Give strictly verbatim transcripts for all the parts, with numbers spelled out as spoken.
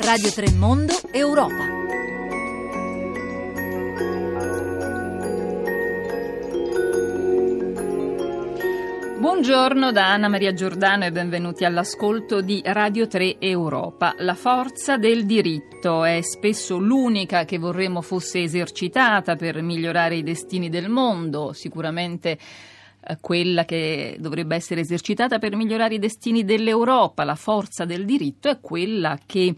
Radio tre Mondo Europa. Buongiorno da Anna Maria Giordano e benvenuti all'ascolto di Radio tre Europa. La forza del diritto è spesso l'unica che vorremmo fosse esercitata per migliorare i destini del mondo, sicuramente eh, quella che dovrebbe essere esercitata per migliorare i destini dell'Europa. La forza del diritto è quella che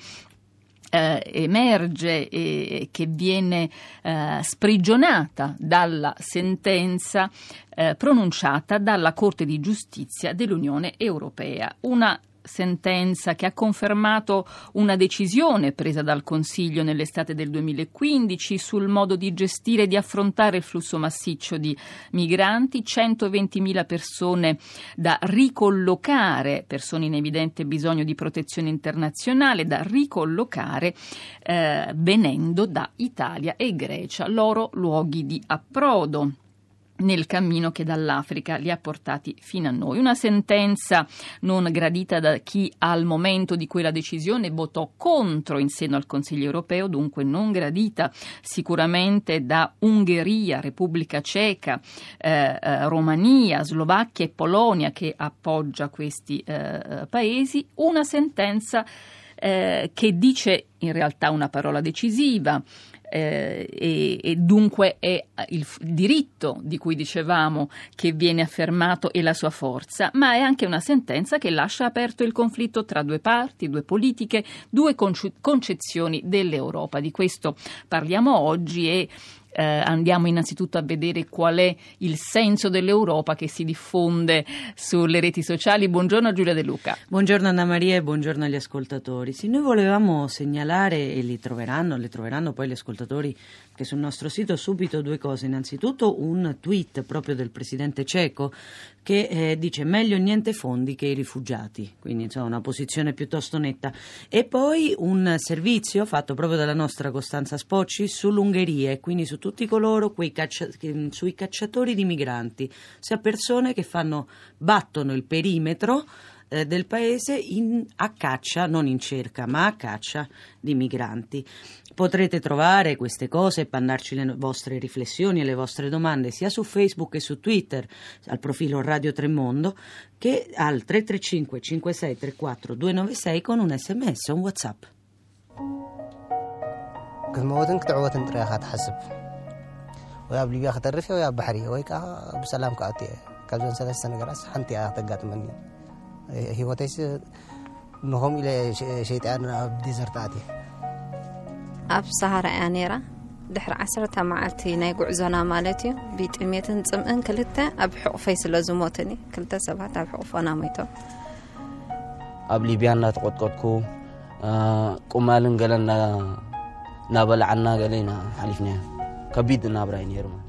Eh, emerge e che viene eh, sprigionata dalla sentenza eh, pronunciata dalla Corte di Giustizia dell'Unione Europea. Una sentenza che ha confermato una decisione presa dal Consiglio nell'estate del duemilaquindici sul modo di gestire e di affrontare il flusso massiccio di migranti, centoventimila persone da ricollocare, persone in evidente bisogno di protezione internazionale, da ricollocare eh, venendo da Italia e Grecia, loro luoghi di approdo nel cammino che dall'Africa li ha portati fino a noi. Una sentenza non gradita da chi al momento di quella decisione votò contro in seno al Consiglio europeo, dunque non gradita sicuramente da Ungheria, Repubblica Ceca, eh, eh, Romania, Slovacchia e Polonia, che appoggia questi eh, paesi. Una sentenza eh, che dice in realtà una parola decisiva. Eh, e, e dunque è il diritto di cui dicevamo che viene affermato e la sua forza, ma è anche una sentenza che lascia aperto il conflitto tra due parti, due politiche, due conce- concezioni dell'Europa. Di questo parliamo oggi e Eh, andiamo innanzitutto a vedere qual è il senso dell'Europa che si diffonde sulle reti sociali. Buongiorno Giulia De Luca. Buongiorno Anna Maria e buongiorno agli ascoltatori. Sì, noi volevamo segnalare, e li troveranno, le troveranno poi gli ascoltatori che sul nostro sito, subito due cose. Innanzitutto un tweet proprio del presidente ceco che eh, dice meglio niente fondi che i rifugiati, quindi insomma una posizione piuttosto netta, e poi un servizio fatto proprio dalla nostra Costanza Spocci sull'Ungheria e quindi su tutti coloro quei caccia, sui cacciatori di migranti, sia persone che fanno battono il perimetro eh, del paese in, a caccia, non in cerca, ma a caccia di migranti. Potrete trovare queste cose e mandarci le vostre riflessioni e le vostre domande sia su Facebook che su Twitter al profilo Radio tre Mondo che al tre tre cinque cinque sei tre quattro due nove sei con un sms o un WhatsApp. كمودن كتعوتن طريقة تحسب ويا بليبيا خطرفي ويا بحري ويكا بسلام كأتي كالجون سلسة نجارس حنتي أعتقد مني هي وتيس نهم إلى شيطان بدي زرتاتي أب سهرة أنيرة دحر عسرة معلتي نيجو زنا مالتي بيت ميتن تمن كلته أب حق فيس لزموتني كلته سبعة أب حق فانا ميتو أب ليبيا نتقط قطكو كمالن قالنا نابل عنا قالينا حلفنا كبيد نابراين يرمى.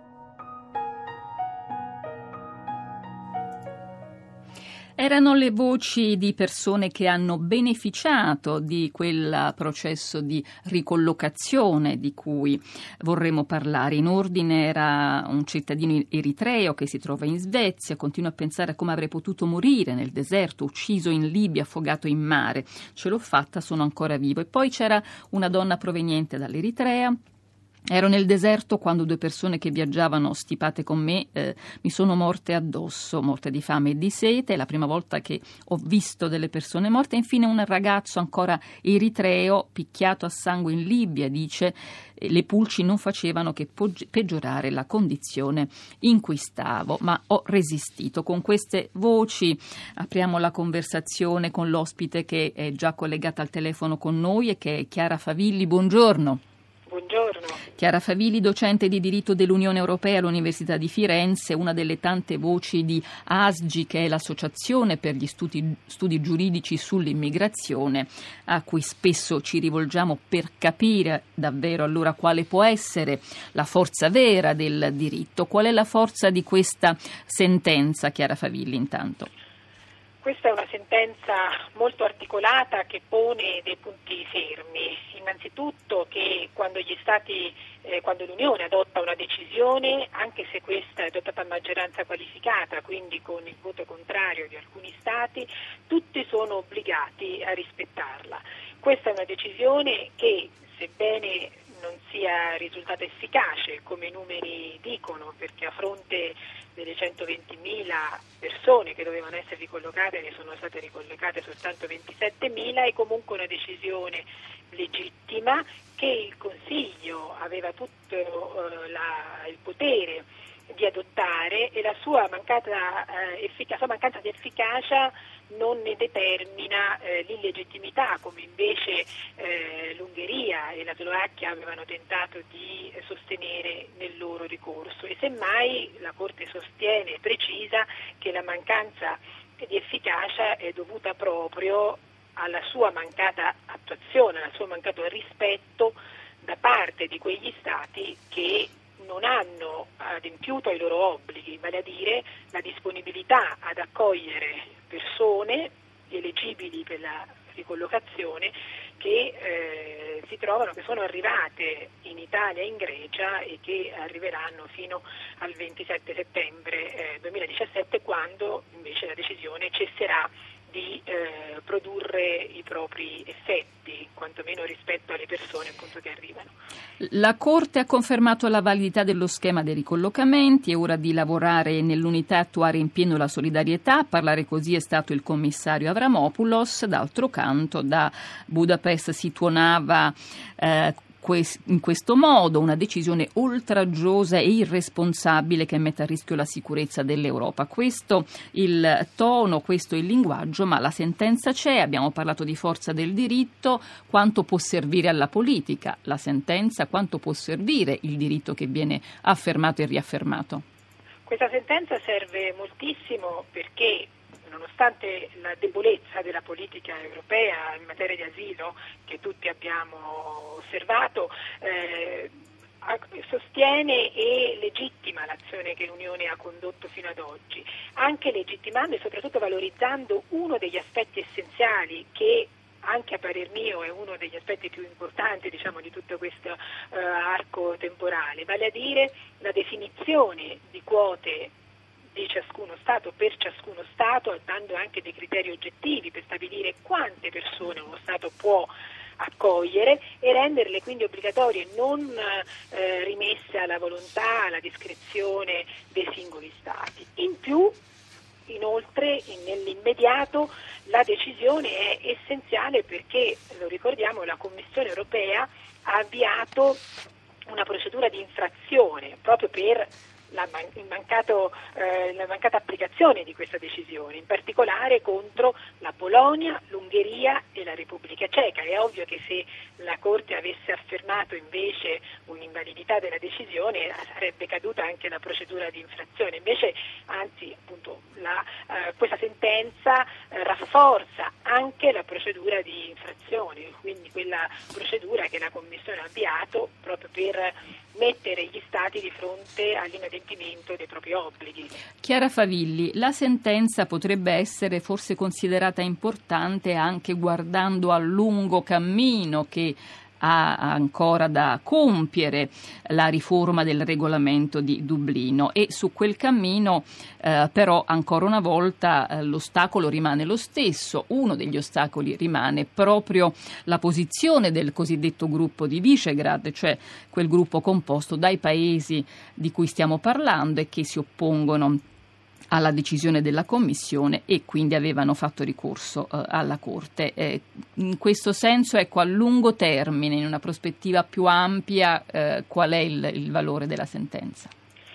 Erano le voci di persone che hanno beneficiato di quel processo di ricollocazione di cui vorremmo parlare. In ordine era un cittadino eritreo che si trova in Svezia, continua a pensare a come avrei potuto morire nel deserto, ucciso in Libia, affogato in mare. Ce l'ho fatta, sono ancora vivo. E poi c'era una donna proveniente dall'Eritrea. Ero nel deserto quando due persone che viaggiavano stipate con me eh, mi sono morte addosso, morte di fame e di sete. È la prima volta che ho visto delle persone morte. E infine un ragazzo ancora eritreo, picchiato a sangue in Libia, dice eh, le pulci non facevano che poggi- peggiorare la condizione in cui stavo, ma ho resistito. Con queste voci apriamo la conversazione con l'ospite che è già collegata al telefono con noi e che è Chiara Favilli. Buongiorno. Buongiorno. Chiara Favilli, docente di diritto dell'Unione Europea all'Università di Firenze, una delle tante voci di A S G I, che è l'Associazione per gli studi, studi giuridici sull'immigrazione, a cui spesso ci rivolgiamo per capire davvero allora quale può essere la forza vera del diritto. Qual è la forza di questa sentenza, Chiara Favilli, intanto? Questa è una sentenza molto articolata che pone dei punti fermi. Innanzitutto che quando gli Stati eh, quando l'Unione adotta una decisione, anche se questa è adottata a maggioranza qualificata, quindi con il voto contrario di alcuni Stati, tutti sono obbligati a rispettarla. Questa è una decisione che, sebbene non sia risultata efficace, come i numeri dicono, perché a fronte delle centoventimila persone che dovevano essere ricollocate ne sono state ricollocate soltanto ventisettemila, è comunque una decisione legittima che il Consiglio aveva tutto eh, la, il potere di adottare, e la sua mancata eh, effic- sua mancanza di efficacia non ne determina eh, l'illegittimità, come invece eh, l'Ungheria e la Slovacchia avevano tentato di eh, sostenere nel loro ricorso, e semmai la Corte sostiene e precisa che la mancanza di efficacia è dovuta proprio alla sua mancata attuazione, al suo mancato rispetto da parte di quegli Stati che non hanno adempiuto ai loro obblighi, vale a dire la disponibilità ad accogliere persone eleggibili per la ricollocazione che eh, si trovano, che sono arrivate in Italia e in Grecia e che arriveranno fino al ventisette settembre eh, duemiladiciassette, quando invece la decisione cesserà di eh, produrre i propri effetti, quantomeno rispetto alle persone appunto che arrivano. La Corte ha confermato la validità dello schema dei ricollocamenti, è ora di lavorare nell'unità e attuare in pieno la solidarietà. A parlare così è stato il commissario Avramopoulos. D'altro canto da Budapest si tuonava eh, in questo modo una decisione oltraggiosa e irresponsabile che mette a rischio la sicurezza dell'Europa. Questo il tono, questo il linguaggio, ma la sentenza c'è. Abbiamo parlato di forza del diritto, quanto può servire alla politica la sentenza, quanto può servire il diritto che viene affermato e riaffermato. Questa sentenza serve moltissimo perché, nonostante la debolezza della politica europea in materia di asilo che tutti abbiamo osservato, eh, sostiene e legittima l'azione che l'Unione ha condotto fino ad oggi, anche legittimando e soprattutto valorizzando uno degli aspetti essenziali che, anche a parer mio, è uno degli aspetti più importanti, diciamo, di tutto questo eh, arco temporale, vale a dire la definizione di quote di ciascuno Stato per ciascuno Stato, dando anche dei criteri oggettivi per stabilire quante persone uno Stato può accogliere e renderle quindi obbligatorie, non eh, rimesse alla volontà, alla discrezione dei singoli Stati. In più, inoltre, nell'immediato la decisione è essenziale perché, lo ricordiamo, la Commissione europea ha avviato una procedura di infrazione proprio per La, man- il mancato, eh, la mancata applicazione di questa decisione, in particolare contro la Polonia, l'Ungheria e la Repubblica Ceca. È ovvio che se la Corte avesse affermato invece un'invalidità della decisione sarebbe caduta anche la procedura di infrazione, invece anzi appunto la, eh, questa sentenza eh, rafforza anche la procedura di infrazione, quindi quella procedura che la Commissione ha avviato proprio per mettere gli Stati di fronte all'inadempimento dei propri obblighi. Chiara Favilli, la sentenza potrebbe essere forse considerata importante anche guardando al lungo cammino che ha ancora da compiere la riforma del regolamento di Dublino, e su quel cammino eh, però ancora una volta eh, l'ostacolo rimane lo stesso. Uno degli ostacoli rimane proprio la posizione del cosiddetto gruppo di Visegrad, cioè quel gruppo composto dai paesi di cui stiamo parlando e che si oppongono alla decisione della Commissione e quindi avevano fatto ricorso eh, alla Corte. Eh, in questo senso, ecco, a lungo termine, in una prospettiva più ampia, eh, qual è il, il valore della sentenza?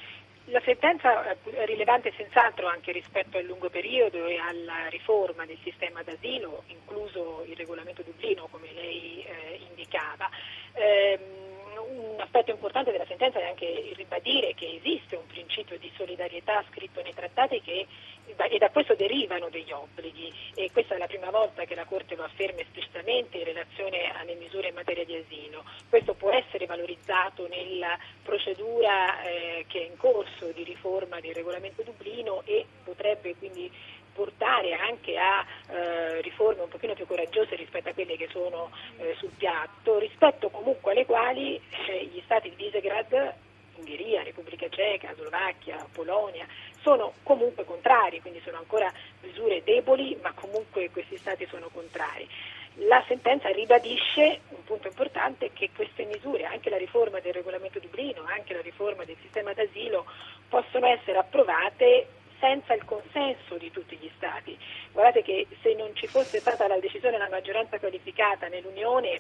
La sentenza è rilevante senz'altro anche rispetto al lungo periodo e alla riforma del sistema d'asilo, incluso il regolamento Dublino, come lei eh, indicava. Ehm, Un aspetto importante della sentenza è anche ribadire che esiste un principio di solidarietà scritto nei trattati che, e da questo derivano degli obblighi, e questa è la prima volta che la Corte lo afferma esplicitamente in relazione alle misure in materia di asilo. Questo può essere valorizzato nella procedura eh, che è in corso di riforma del regolamento Dublino e potrebbe quindi portare anche a eh, riforme un pochino più coraggiose rispetto a quelle che sono eh, sul piatto, rispetto comunque alle quali eh, gli stati di Visegrad, Ungheria, Repubblica Ceca, Slovacchia, Polonia, sono comunque contrari, quindi sono ancora misure deboli, ma comunque questi stati sono contrari. La sentenza ribadisce un punto importante, che queste misure, anche la riforma del regolamento Dublino, anche la riforma del sistema d'asilo, possono essere approvate senza il consenso di tutti gli Stati. Guardate che se non ci fosse stata la decisione della maggioranza qualificata nell'Unione,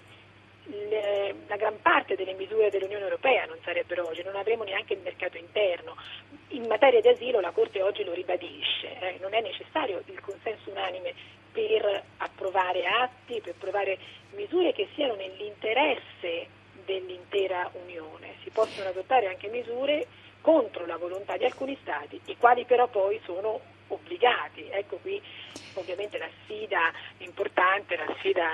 le, la gran parte delle misure dell'Unione Europea non sarebbero oggi, non avremo neanche il mercato interno. In materia di asilo la Corte oggi lo ribadisce, eh, non è necessario il consenso unanime per approvare atti, per approvare misure che siano nell'interesse dell'intera Unione. Si possono adottare anche misure contro la volontà di alcuni Stati, i quali però poi sono obbligati. Ecco qui ovviamente la sfida importante, la sfida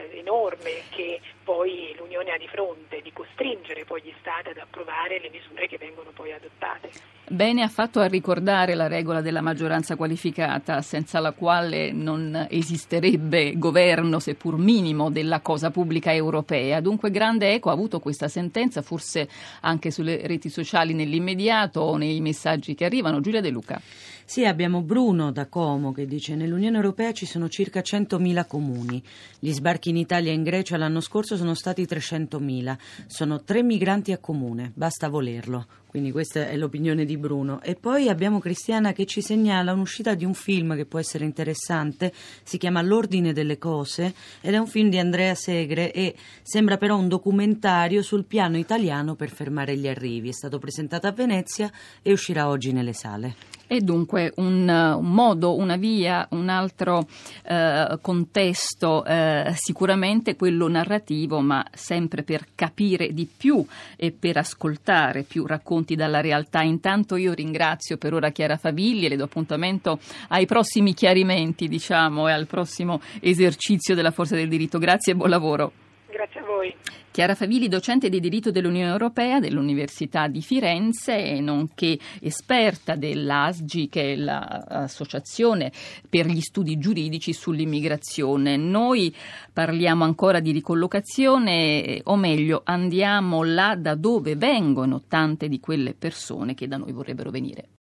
enorme che poi l'Unione ha di fronte, di costringere poi gli Stati ad approvare le misure che vengono poi adottate. Bene ha fatto a ricordare la regola della maggioranza qualificata, senza la quale non esisterebbe governo, seppur minimo, della cosa pubblica europea. Dunque grande eco ha avuto questa sentenza, forse anche sulle reti sociali nell'immediato o nei messaggi che arrivano. Giulia De Luca. Sì, abbiamo Bruno da Como che dice: nell'Unione Europea ci sono circa centomila comuni. Gli sbarchi in Italia e in Grecia l'anno scorso sono stati trecentomila. Sono tre migranti a comune, basta volerlo. Quindi questa è l'opinione di Bruno. E poi abbiamo Cristiana che ci segnala un'uscita di un film che può essere interessante, si chiama L'ordine delle cose ed è un film di Andrea Segre e sembra però un documentario sul piano italiano per fermare gli arrivi. È stato presentato a Venezia e uscirà oggi nelle sale. E dunque un, un modo, una via, un altro eh, contesto, eh, sicuramente quello narrativo, ma sempre per capire di più e per ascoltare più racconti dalla realtà. Intanto io ringrazio per ora Chiara Favilli e le do appuntamento ai prossimi chiarimenti, diciamo, e al prossimo esercizio della forza del diritto. Grazie e buon lavoro. Grazie a voi. Chiara Favilli, docente di diritto dell'Unione Europea dell'Università di Firenze, nonché esperta dell'A S G I, che è l'Associazione per gli studi giuridici sull'immigrazione. Noi parliamo ancora di ricollocazione, o meglio andiamo là da dove vengono tante di quelle persone che da noi vorrebbero venire.